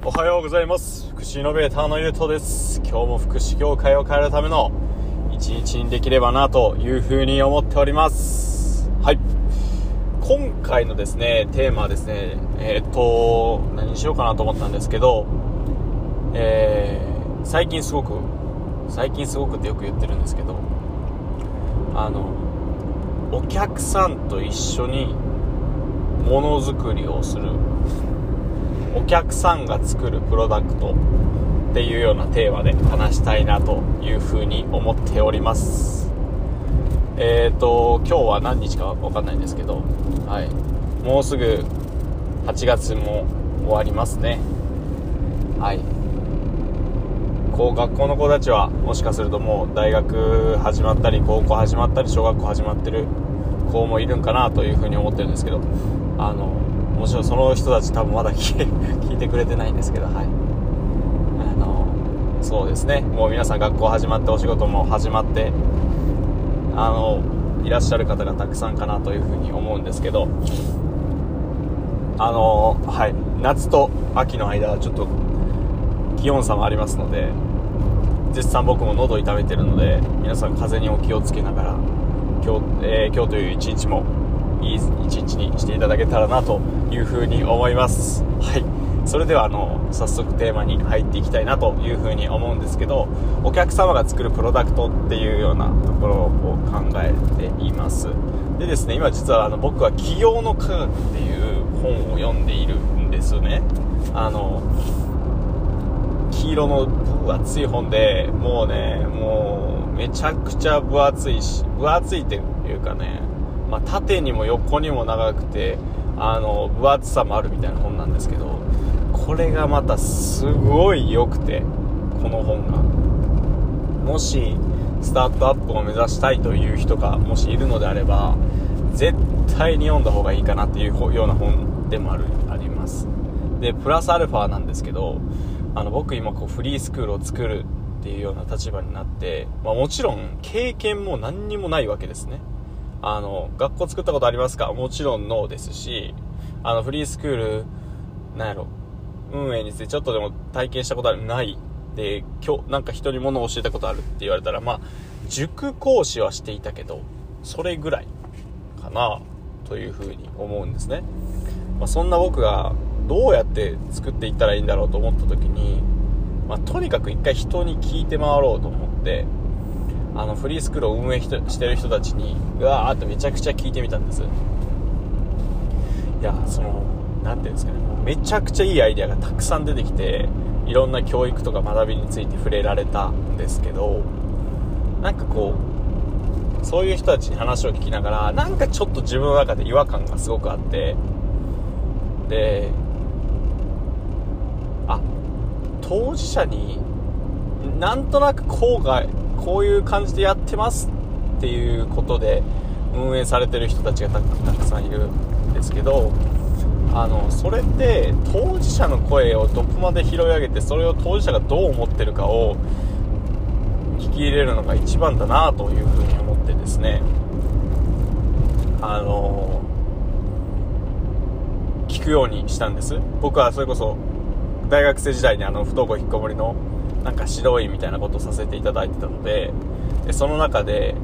おはようございます。福祉イノベーターのゆうとです。今日も福祉業界を変えるための一日にできればなというふうに思っております。はい。今回のですね、テーマはですね、何にしようかなと思ったんですけど、最近すごくってよく言ってるんですけど、お客さんと一緒にものづくりをする、お客さんが作るプロダクトっていうようなテーマで話したいなというふうに思っております。今日は何日か分かんないんですけど、はい、もうすぐ8月も終わりますね。はい。学校の子たちはもしかするともう大学始まったり高校始まったり小学校始まってる子もいるんかなというふうに思ってるんですけど、もちろんその人たち多分まだ聞いてくれてないんですけど、はい、そうですね、もう皆さん学校始まってお仕事も始まっていらっしゃる方がたくさんかなというふうに思うんですけど、はい、夏と秋の間はちょっと気温差もありますので、絶賛僕も喉痛めてるので、皆さん風邪にお気をつけながら今日という一日もいい一日にしていただけたらなというふうに思います。はい。それでは早速テーマに入っていきたいなというふうに思うんですけど、お客様が作るプロダクトっていうようなところを考えています。でですね、今実は僕は起業の科学っていう本を読んでいるんですね。黄色の分厚い本で、もうめちゃくちゃ分厚いっていうかね、縦にも横にも長くて分厚さもあるみたいな本なんですけど、これがまたすごい良くて、この本がもしスタートアップを目指したいという人がもしいるのであれば絶対に読んだ方がいいかなっていうような本でもあります。でプラスアルファなんですけど、僕今フリースクールを作るっていうような立場になって、もちろん経験も何にもないわけですね。学校作ったことありますか？もちろんノーですし、フリースクール運営についてちょっとでも体験したことあるないで、なんか人に物を教えたことあるって言われたら、塾講師はしていたけどそれぐらいかなというふうに思うんですね。そんな僕がどうやって作っていったらいいんだろうと思った時に、とにかく一回人に聞いて回ろうと思って、フリースクールを運営してる人たちにうわーってめちゃくちゃ聞いてみたんです。いや、なんていうんですかね、めちゃくちゃいいアイデアがたくさん出てきて、いろんな教育とか学びについて触れられたんですけど、なんかそういう人たちに話を聞きながら、なんかちょっと自分の中で違和感がすごくあって、で当事者になんとなくこういう感じでやってますっていうことで運営されてる人たちがたくさんいるんですけど、それって当事者の声をどこまで拾い上げて、それを当事者がどう思ってるかを聞き入れるのが一番だなというふうに思ってですね、聞くようにしたんです。僕はそれこそ大学生時代に不登校引っこもりのなんか指導員みたいなことをさせていただいてたので、その中で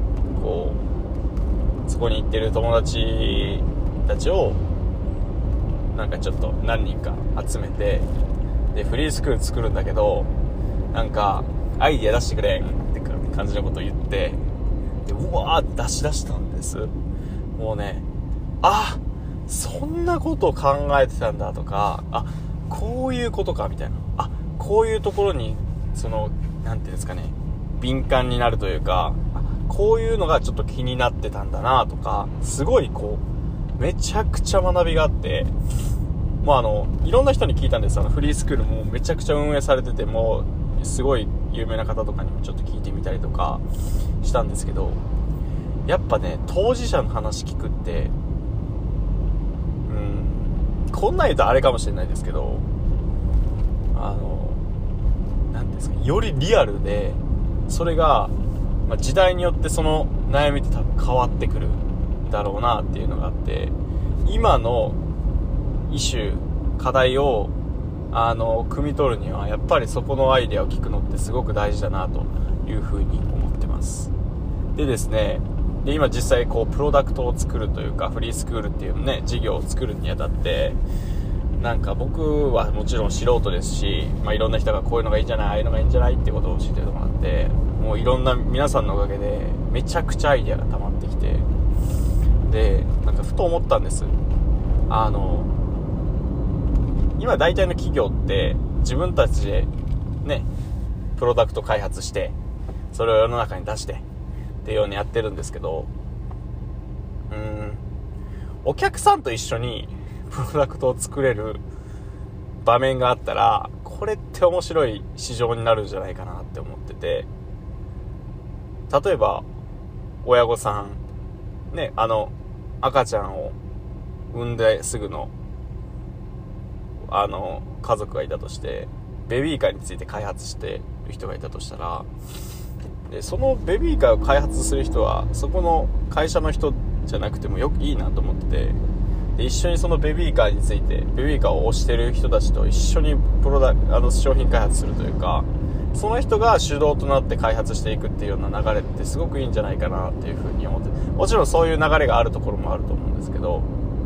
そこに行ってる友達たちをなんかちょっと何人か集めて、でフリースクール作るんだけどなんかアイディア出してくれって感じのことを言って、でうわーって出したんです。もうね、そんなことを考えてたんだとか、こういうことかみたいな、こういうところになんていうんですかね、敏感になるというか、こういうのがちょっと気になってたんだなとか、すごいめちゃくちゃ学びがあって、いろんな人に聞いたんです。フリースクールもめちゃくちゃ運営されてて、もうすごい有名な方とかにもちょっと聞いてみたりとかしたんですけど、やっぱね、当事者の話聞くってこんなん言うとあれかもしれないですけど、なんですか、よりリアルで、それが、時代によってその悩みって多分変わってくるだろうなっていうのがあって、今のイシュー課題を汲み取るにはやっぱりそこのアイデアを聞くのってすごく大事だなというふうに思ってます。でですね、今実際こうプロダクトを作るというかフリースクールっていうね事業を作るにあたって、なんか僕はもちろん素人ですし、いろんな人がこういうのがいいんじゃない、ああいうのがいいんじゃないってことを教えてもらって、もういろんな皆さんのおかげでめちゃくちゃアイデアが溜まってきて、でなんかふと思ったんです。今大体の企業って自分たちでねプロダクト開発してそれを世の中に出してっていうようにやってるんですけど、お客さんと一緒にプロダクトを作れる場面があったら、これって面白い市場になるんじゃないかなって思ってて、例えば親御さんね、赤ちゃんを産んですぐの家族がいたとして、ベビーカーについて開発してる人がいたとしたら、でそのベビーカーを開発する人はそこの会社の人じゃなくてもよくいいなと思ってて、で一緒にそのベビーカーについてベビーカーを推してる人たちと一緒に商品開発するというか、その人が主導となって開発していくっていうような流れってすごくいいんじゃないかなっていうふうに思って、もちろんそういう流れがあるところもあると思うんですけど、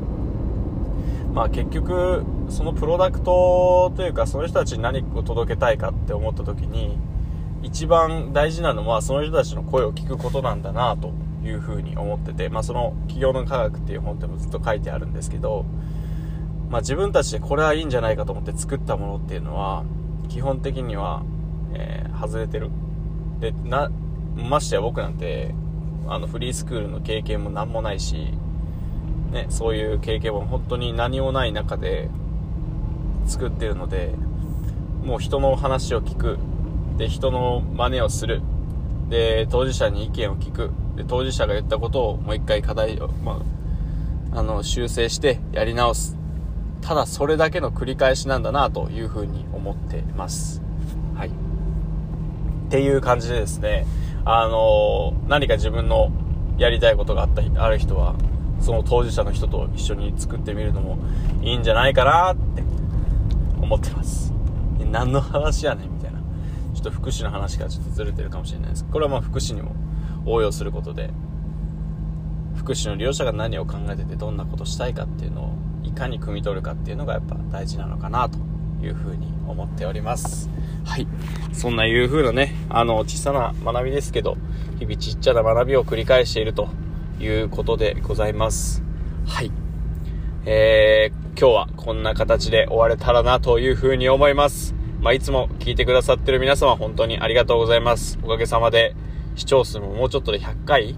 結局そのプロダクトというかその人たちに何を届けたいかって思った時に一番大事なのはその人たちの声を聞くことなんだなというふうに思ってて、その企業の科学っていう本でもずっと書いてあるんですけど、自分たちでこれはいいんじゃないかと思って作ったものっていうのは基本的には、外れてる。でましてや僕なんてフリースクールの経験も何もないしね、そういう経験も本当に何もない中で作ってるので、もう人の話を聞く、で人の真似をする、で当事者に意見を聞く、で当事者が言ったことをもう一回課題を、修正してやり直す、ただそれだけの繰り返しなんだなというふうに思ってます。はい、っていう感じでですね、何か自分のやりたいことがある人はその当事者の人と一緒に作ってみるのもいいんじゃないかなって思ってます。何の話やねんみたいな、ちょっと福祉の話からちょっとずれてるかもしれないですけど、これは福祉にも応用することで、福祉の利用者が何を考えててどんなことしたいかっていうのをいかに汲み取るかっていうのがやっぱ大事なのかなというふうに思っております。はい、そんないうふうなね小さな学びですけど、日々ちっちゃな学びを繰り返しているということでございます。はい、今日はこんな形で終われたらなというふうに思います。いつも聞いてくださってる皆様本当にありがとうございます。おかげさまで視聴数ももうちょっとで100回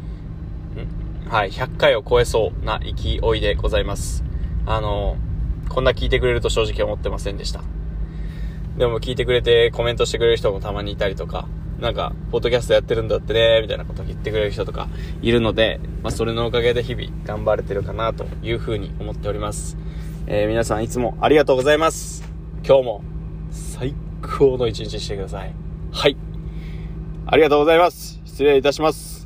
100回を超えそうな勢いでございます。こんな聞いてくれると正直思ってませんでした。でも聞いてくれてコメントしてくれる人もたまにいたりとか、なんかポッドキャストやってるんだってねみたいなことを言ってくれる人とかいるので、それのおかげで日々頑張れてるかなというふうに思っております。皆さんいつもありがとうございます。今日も最高の一日してください。はい、ありがとうございます。失礼いたします。